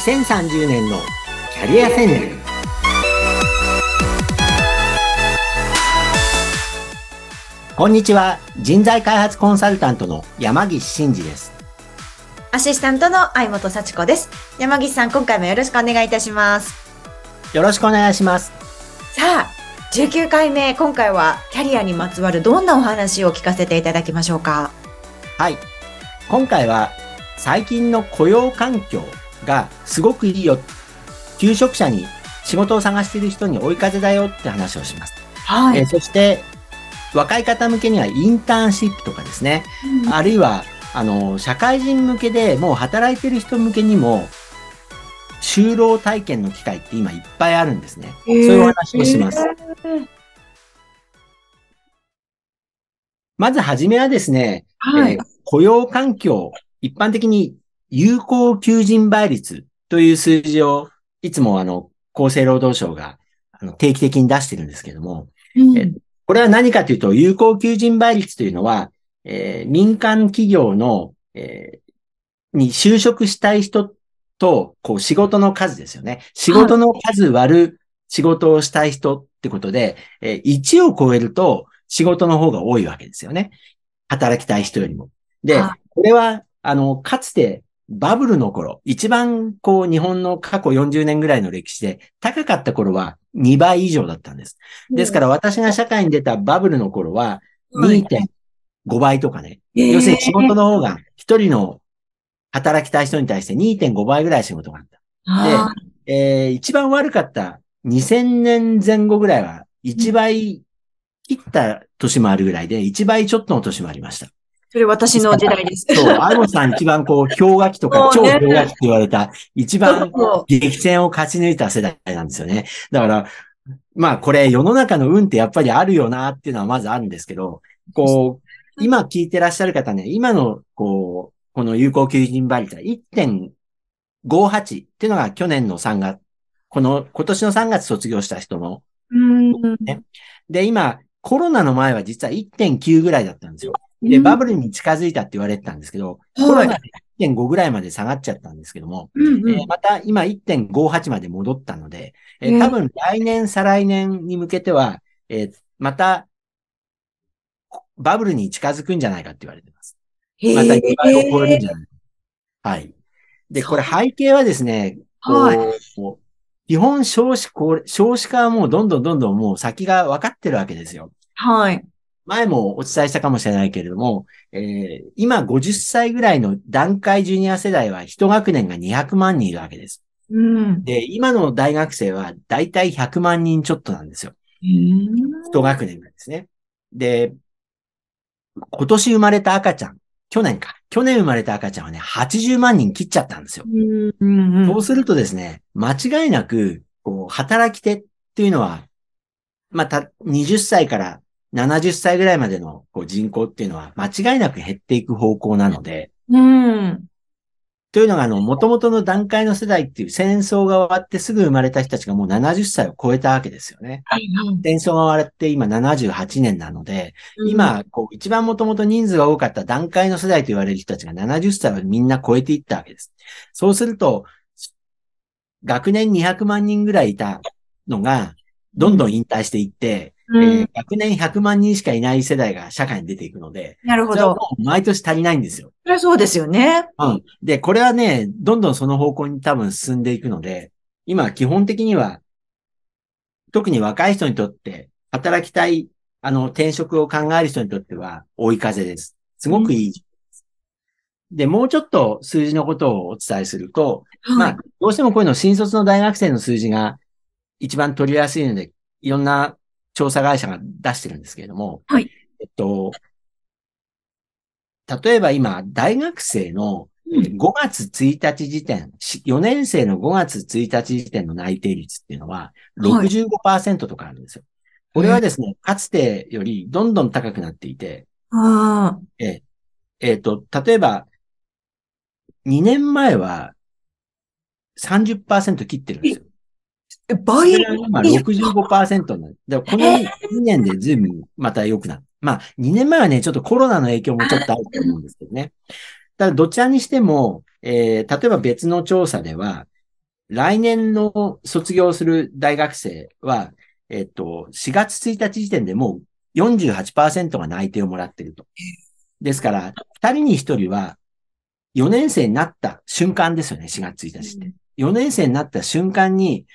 2030年のキャリア戦略。こんにちは。人材開発コンサルタントの山岸真嗣です。 アシスタントの相本幸子です。山岸さん、今回もよろしくお願いいたします。 よろしくお願いします。 さあ、19回目、今回はキャリアにまつわるどんなお話を聞かせていただきましょうか。 はい。今回は最近の雇用環境がすごくいいよ。求職者に仕事を探している人に追い風だよって話をします。 はい。 そして若い方向けにはインターンシップとかですね。あるいは社会人向けでもう働いてる人向けにも就労体験の機会って今いっぱいあるんですね。そういうお話をします。まずはじめはですね、 はい。 雇用環境、一般的に有効求人倍率という数字をいつも厚生労働省が定期的に出してるんですけども、これは何かというと、有効求人倍率というのは、民間企業の、に就職したい人と、仕事の数ですよね。仕事の数割る仕事をしたい人ってことで、1を超えると仕事の方が多いわけですよね。働きたい人よりも。で、これは、かつてバブルの頃、一番日本の過去40年ぐらいの歴史で高かった頃は2倍以上だったんです。ですから私が社会に出たバブルの頃は2.5倍とかね。要するに仕事の方が一人の働きたい人に対して2.5倍ぐらい仕事があった。で、一番悪かった2000年前後ぐらいは1倍切った年もあるぐらいで、1倍ちょっとの年もありました。 それ私の時代です。 そう、相本さん一番氷河期とか超氷河期って言われた、一番激戦を勝ち抜いた世代なんですよね。だから、まあこれ世の中の運ってやっぱりあるよなっていうのはまずあるんですけど、今聞いてらっしゃる方ね、今のこの有効求人倍率は 1.58 っていうのが去年の3月、今年の3月卒業した人の、ね。で、今、コロナの前は実は 1.9 ぐらいだったんですよ。で、バブルに近づいたって言われてたんですけど、コロナで 1.5 ぐらいまで下がっちゃったんですけども、また今 1.58 まで戻ったので、多分来年、再来年に向けては、またバブルに近づくんじゃないかって言われてます。また2倍を超えるんじゃないか。はい。で、これ背景はですね、基本少子化はもうどんどんもう先が分かってるわけですよ。 はい。 前もお伝えしたかもしれないけれども、今50歳ぐらいの団塊ジュニア世代は一学年が200万人いるわけです。で、今の大学生はだいたい100万人ちょっとなんですよ。一学年がですね。で、今年生まれた赤ちゃん、去年生まれた赤ちゃんはね、80万人切っちゃったんですよ。そうするとですね、間違いなく、働き手っていうのは、また20歳から70歳ぐらいまでの人口っていうのは間違いなく減っていく方向なので、というのが元々の段階の世代っていう戦争が終わってすぐ生まれた人たちがもう70歳を超えたわけですよね。戦争が終わって今78年なので、今、一番元々人数が多かった段階の世代と言われる人たちが70歳をみんな超えていったわけです。そうすると、学年200万人ぐらいいたのが、どんどん引退していって、学年100万人しかいない世代が社会に出ていくので、 なるほど。 それはもう毎年足りないんですよ。 それはそうですよね。 で、これはね、どんどんその方向に多分進んでいくので、今基本的には、特に若い人にとって、働きたい、転職を考える人にとっては、追い風です。すごくいい。で、もうちょっと数字のことをお伝えすると、まあ、どうしてもこういうの新卒の大学生の数字が一番取りやすいので、いろんな調査会社が出してるんですけれども、例えば今、大学生の5月1日時点、4年生の5月1日時点の内定率っていうのは65%とかあるんですよ。これはですね、かつてよりどんどん高くなっていて、例えば、2年前は30%切ってるんですよ。 倍それが今65%なんで、この2年で随分また良くなる。まあ、2年前はね、ちょっとコロナの影響もちょっとあると思うんですけどね。ただ、どちらにしても、例えば別の調査では、 来年の卒業する大学生は、4月1日時点でもう48%が内定をもらっていると。ですから、2人に1人は4年生になった瞬間ですよね、4月1日って。4年生になった瞬間に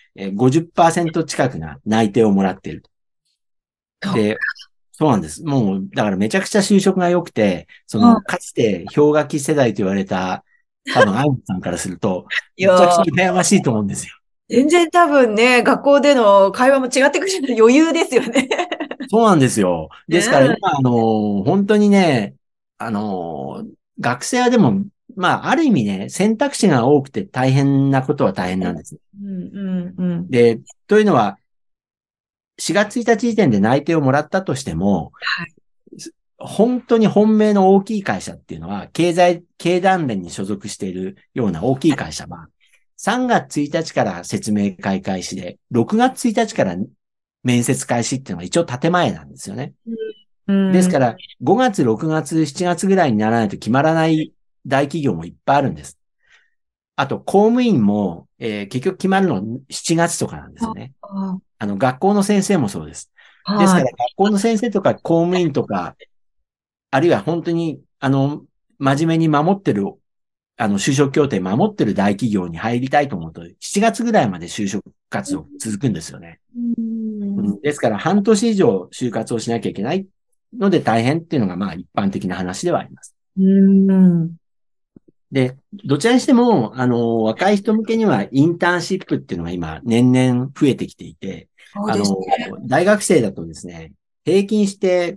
50%近くが内定をもらっていると。で、そうなんです。もう、だからめちゃくちゃ就職が良くて、かつて氷河期世代と言われた、多分、アイムさんからすると、 いやー、 めちゃくちゃ羨ましいと思うんですよ。 全然多分ね、学校での会話も違ってくる余裕ですよね。 そうなんですよ。ですから今、 ねえ。 本当にね、学生はでも、まあ、ある意味ね、選択肢が多くて大変なことは大変なんです。 うんうんうん。 で、というのは、4月1日時点で内定をもらったとしても、 はい。 本当に本命の大きい会社っていうのは、経団連に所属しているような大きい会社は、3月1日から説明会開始で、6月1日から面接開始っていうのが一応建前なんですよね。 うん。 ですから、5月、6月、7月ぐらいにならないと決まらない大企業もいっぱいあるんです。あと、公務員も、結局決まるの7月とかなんですよね。 あ学校の先生もそうです。ですから、 はい。 学校の先生とか公務員とか、あるいは本当に、真面目に守ってる、就職協定守ってる大企業に入りたいと思うと、7月ぐらいまで就職活動続くんですよね。 うん。 ですから、半年以上就活をしなきゃいけないので大変っていうのが、まあ、一般的な話ではあります。 うん。 で、どちらにしても、若い人向けにはインターンシップっていうのが今、年々増えてきていて、 そうですね。 大学生だとですね、平均して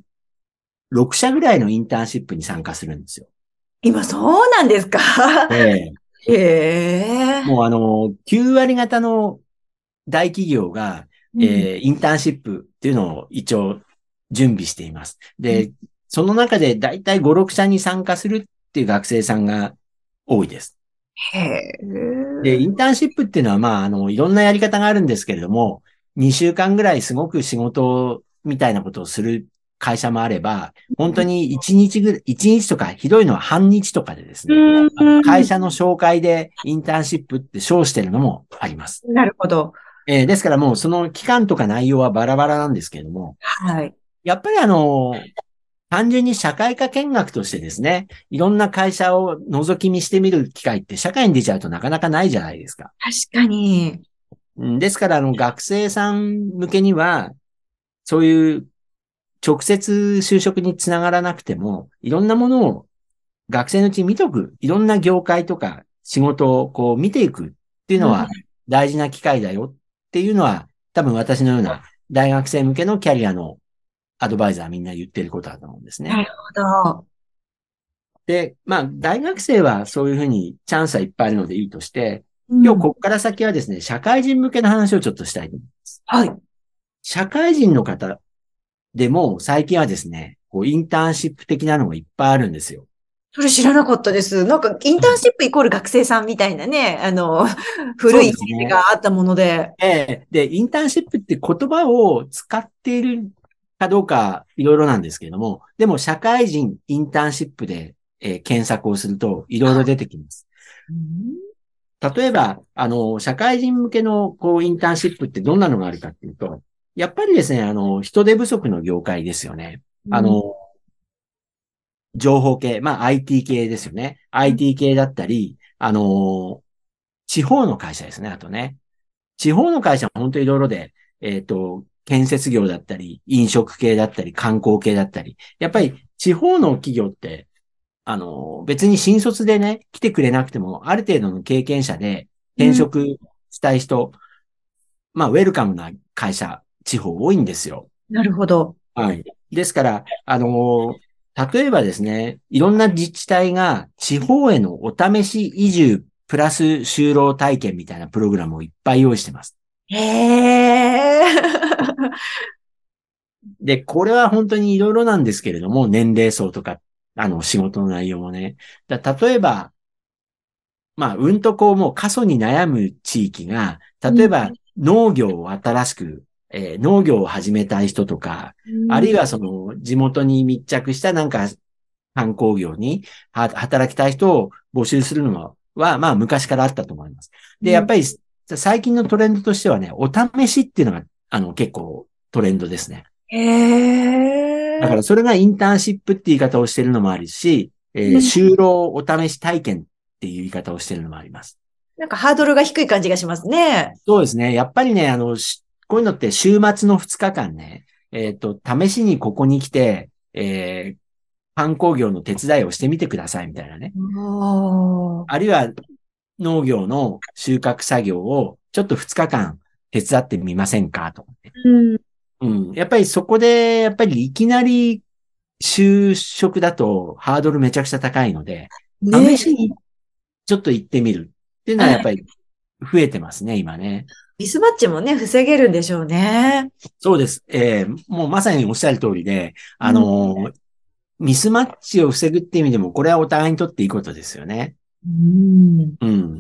6社ぐらいのインターンシップに参加するんですよ。 今そうなんですか？ ええ。 へえ。 もう9割方の大企業が、 うん。 インターンシップっていうのを一応準備しています。で、その中でだいたい5、6社に参加するっていう学生さんが多いです。 へで、イえ。 ンターンシップっていうのは、まあ、いろんなやり方があるんですけれども、2週間ぐらいすごく仕事みたいなことをする会社もあれば、本当に1日とか、ひどいのは半日とかでですね、 うん。 会社の紹介でインターンシップって称してるのもあります。 なるほど。 ですからもうその期間とか内容はバラバラなんですけれども、 はい。 やっぱり単純に社会科見学としてですね、いろんな会社を覗き見してみる機会って社会に出ちゃうとなかなかないじゃないですか。 確かに。 ですから、学生さん向けには、そういう直接就職につながらなくても、いろんなものを学生のうちに見とく、いろんな業界とか仕事をこう見ていくっていうのうん。 は大事な機会だよっていうのは、多分私のような大学生向けのキャリアのアドバイザーみんな言ってることだと思うんですね。 なるほど。 で、まあ、大学生はそういうふうにチャンスはいっぱいあるのでいいとして、今日うん。 ここから先はですね、社会人向けの話をちょっとしたいと思います。 はい。 社会人の方でも最近はですね、こうインターンシップ的なのがいっぱいあるんですよ。 それ知らなかったです。なんか、インターンシップイコール学生さんみたいなね、古そういイメージですね。 があったもので。 で、インターンシップって言葉を使っているかどうかいろいろなんですけれども、でも社会人インターンシップで、検索をするといろいろ出てきます。 うん。 例えば、社会人向けのこうインターンシップってどんなのがあるかっていうと、やっぱりですね、人手不足の業界ですよね。 うん。 情報系、まあ IT 系ですよね。IT 系だったり、地方の会社ですね、あとね。地方の会社は本当にいろいろで、建設業だったり、飲食系だったり、観光系だったり。やっぱり地方の企業って、別に新卒でね、来てくれなくても、ある程度の経験者でうん。 転職したい人、まあ、ウェルカムな会社、地方多いんですよ。 なるほど。 はい。ですから、例えばですね、いろんな自治体が地方へのお試し移住プラス就労体験みたいなプログラムをいっぱい用意してます。 へえ。 で、これは本当にいろいろなんですけれども、年齢層とか、仕事の内容もね。例えば、まあ、うんとこうもう過疎に悩む地域が、 うん。 例えば農業を新しく、農業を始めたい人とか、 うん。 あるいはその地元に密着したなんか観光業に働きたい人を募集するのは、まあ昔からあったと思います。で、やっぱり最近のトレンドとしてはね、お試しっていうのが、結構トレンドですね。だからそれがインターンシップって言い方をしてるのもあるし、就労お試し体験っていう言い方をしてるのもあります。 なんかハードルが低い感じがしますね。 そうですね。やっぱりね、こういうのって週末の2日間ね、試しにここに来て、観光業の手伝いをしてみてくださいみたいなね。あるいは農業の収穫作業をちょっと2日間手伝ってみませんかとかね。うん。やっぱりそこで、やっぱりいきなり就職だとハードルめちゃくちゃ高いので、試しにちょっと行ってみるっていうのはやっぱり増えてますね、今ね。 ミスマッチもね、防げるんでしょうね。 そうです。もうまさにおっしゃる通りで、ミスマッチを防ぐって意味でも、これはお互いにとっていいことですよね。うん。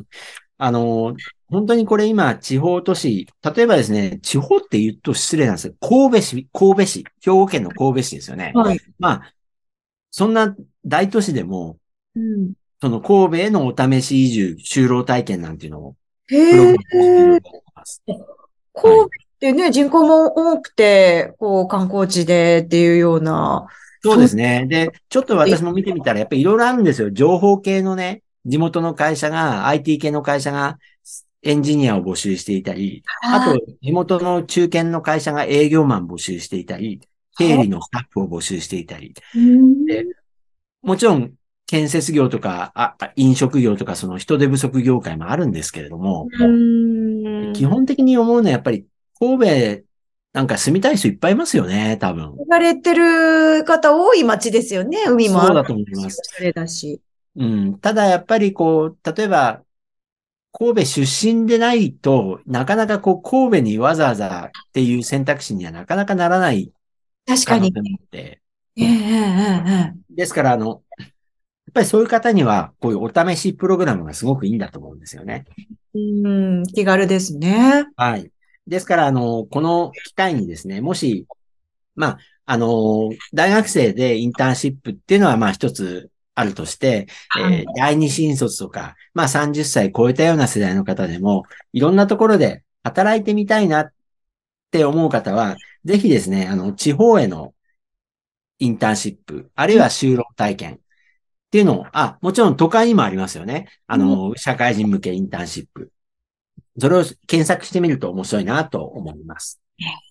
本当にこれ今、地方都市、例えばですね、地方って言うと失礼なんですけど、神戸市、兵庫県の神戸市ですよね。はい。まあ、そんな大都市でも、その神戸へのお試し移住、就労体験なんていうのを、プログラムしていると思います。 神戸ってね、人口も多くて、こう、観光地でっていうような。 そうですね。で、ちょっと私も見てみたら、やっぱりいろいろあるんですよ。情報系のね、地元の会社が、IT 系の会社がエンジニアを募集していたり、あと、地元の中堅の会社が営業マン募集していたり、経理のスタッフを募集していたり。で、もちろん、建設業とか、飲食業とか、その人手不足業界もあるんですけれども、基本的に思うのはやっぱり、神戸なんか住みたい人いっぱいいますよね、多分。 言われてる方多い街ですよね、海もある。 そうだと思います。 それだし。 うん。ただやっぱりこう、例えば、神戸出身でないとなかなかこう、神戸にわざわざっていう選択肢にはなかなかならない確かに。 可能性もあって。ですから、やっぱりそういう方には、こういうお試しプログラムがすごくいいんだと思うんですよね。 気軽ですね。 はい。ですから、この機会にですね、もし、まあ、大学生でインターンシップっていうのは、まあ一つあるとして、第二新卒とか、まあ30歳超えたような世代の方でも、いろんなところで働いてみたいなって思う方は、ぜひですね、地方へのインターンシップ、あるいは就労体験っていうのを、もちろん都会にもありますよね。社会人向けインターンシップ。それを検索してみると面白いなと思います。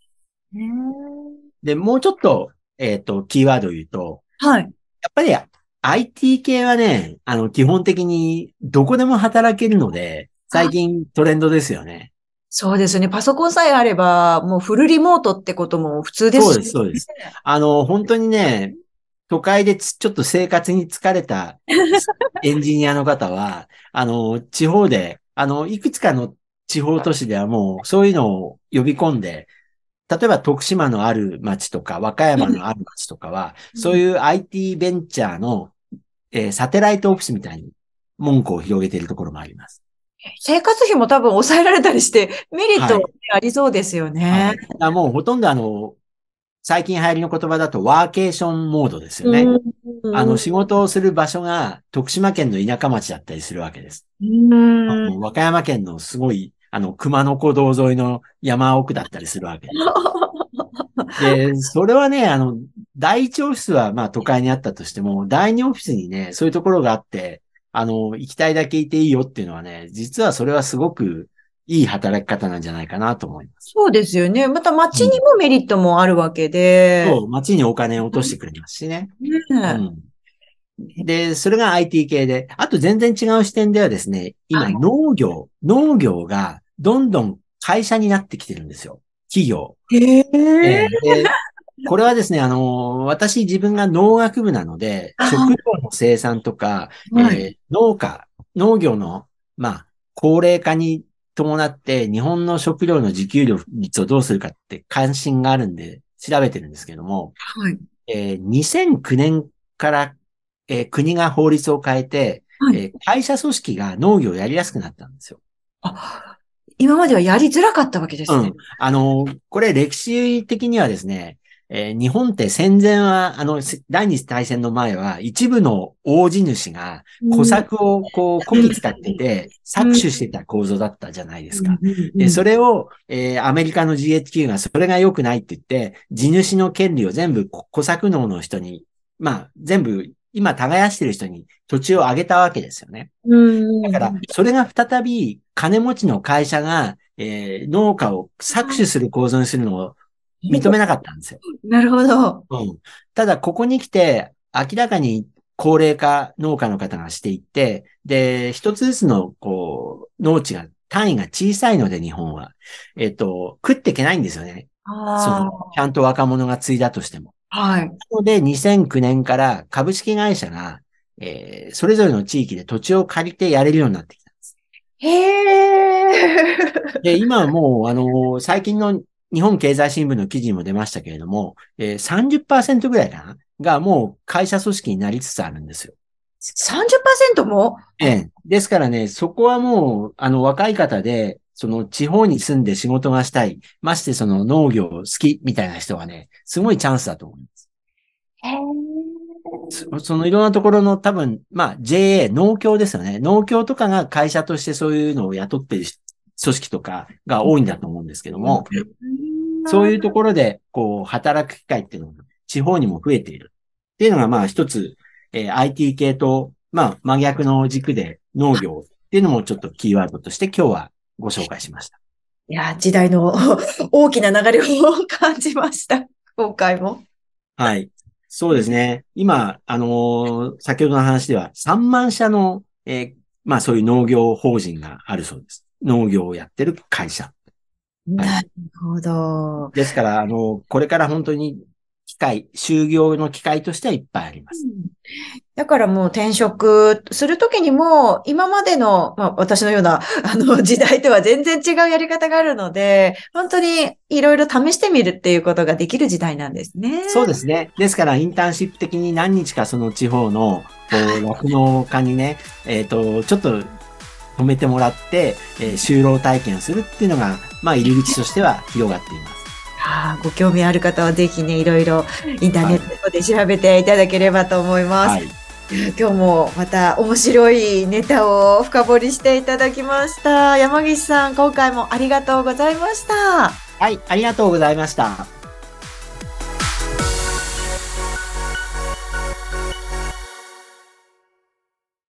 で、もうちょっと、キーワードを言うと、 はい。 やっぱり IT 系はね、基本的にどこでも働けるので、最近トレンドですよね。 そうですね。パソコンさえあれば、もうフルリモートってことも普通です。 そうです、そうです。本当にね、都会でちょっと生活に疲れたエンジニアの方は、地方で、いくつかの地方都市ではもうそういうのを呼び込んで、例えば徳島のある町とか、和歌山のある町とかは、そういう IT ベンチャーの、サテライトオフィスみたいに門戸を広げているところもあります。 生活費も多分抑えられたりして、メリットありそうですよね。 はい、もうほとんど最近流行りの言葉だとワーケーションモードですよね。仕事をする場所が徳島県の田舎町だったりするわけです。和歌山県のすごい、熊野古道沿いの山奥だったりするわけです。で、それはね、第一オフィスはまあ都会にあったとしても、第二オフィスにね、そういうところがあって、行きたいだけいていいよっていうのはね、実はそれはすごくいい働き方なんじゃないかなと思います。 そうですよね。また街にもメリットもあるわけで。 そう、街にお金を落としてくれますしね。で、それが IT 系で、あと全然違う視点ではですね、今農業がどんどん会社になってきてるんですよ。企業。で、これはですね、私自分が農学部なので、食料の生産とか、農業の、まあ、高齢化に伴って日本の食料の自給率をどうするかって関心があるんで調べてるんですけども、2009年から国が法律を変えて、会社組織が農業をやりやすくなったんですよ。 今まではやりづらかったわけですね。 これ歴史的にはですね、 日本って戦前は、第二次大戦の前は、一部の大地主が、小作をこう、こき使ってて、搾取してた構造だったじゃないですか。で、それを、アメリカの GHQ がそれが良くないって言って、地主の権利を全部小作農の人に、まあ、全部、今耕してる人に土地をあげたわけですよね。だから、それが再び金持ちの会社が、農家を搾取する構造にするのを認めなかったんですよ。 なるほど。 うん。ただ、ここに来て、明らかに高齢化農家の方がしていって、で、一つずつの、こう、農地が、単位が小さいので、日本は。食っていけないんですよね。ちゃんと若者が継いだとしても。 はい。 なので、2009年から株式会社が、それぞれの地域で土地を借りてやれるようになってきたんです。 へー。 で、今はもう、最近の日本経済新聞の記事にも出ましたけれども、30% ぐらいかながもう会社組織になりつつあるんですよ。 30% も？ ですからね、そこはもう、若い方で、その地方に住んで仕事がしたい、ましてその農業好きみたいな人はね、すごいチャンスだと思います。 へー。 そのいろんなところの多分、まあ JA、農協ですよね。農協とかが会社としてそういうのを雇っている組織とかが多いんだと思うんですけども、そういうところで、こう、働く機会っていうのが地方にも増えている。っていうのが、まあ一つ、IT 系と、まあ真逆の軸で農業っていうのもちょっとキーワードとして今日はご紹介しました。 いや、時代の大きな流れを感じました。今回も。 はい。そうですね。今、先ほどの話では3万社の、まあそういう農業法人があるそうです。農業をやってる会社。 なるほど。 ですから、これから本当に就業の機会としてはいっぱいあります。 だからもう転職するときにも、今までの、まあ私のような、時代とは全然違うやり方があるので、本当にいろいろ試してみるっていうことができる時代なんですね。 そうですね。ですから、インターンシップ的に何日かその地方の、酪農家にね、ちょっと止めてもらって、就労体験をするっていうのが、まあ、入り口としては広がっています。 ご興味ある方はぜひね、いろいろインターネットで調べていただければと思います。はい、今日もまた面白いネタを深掘りしていただきました。山岸さん、今回もありがとうございました。 はい、ありがとうございました。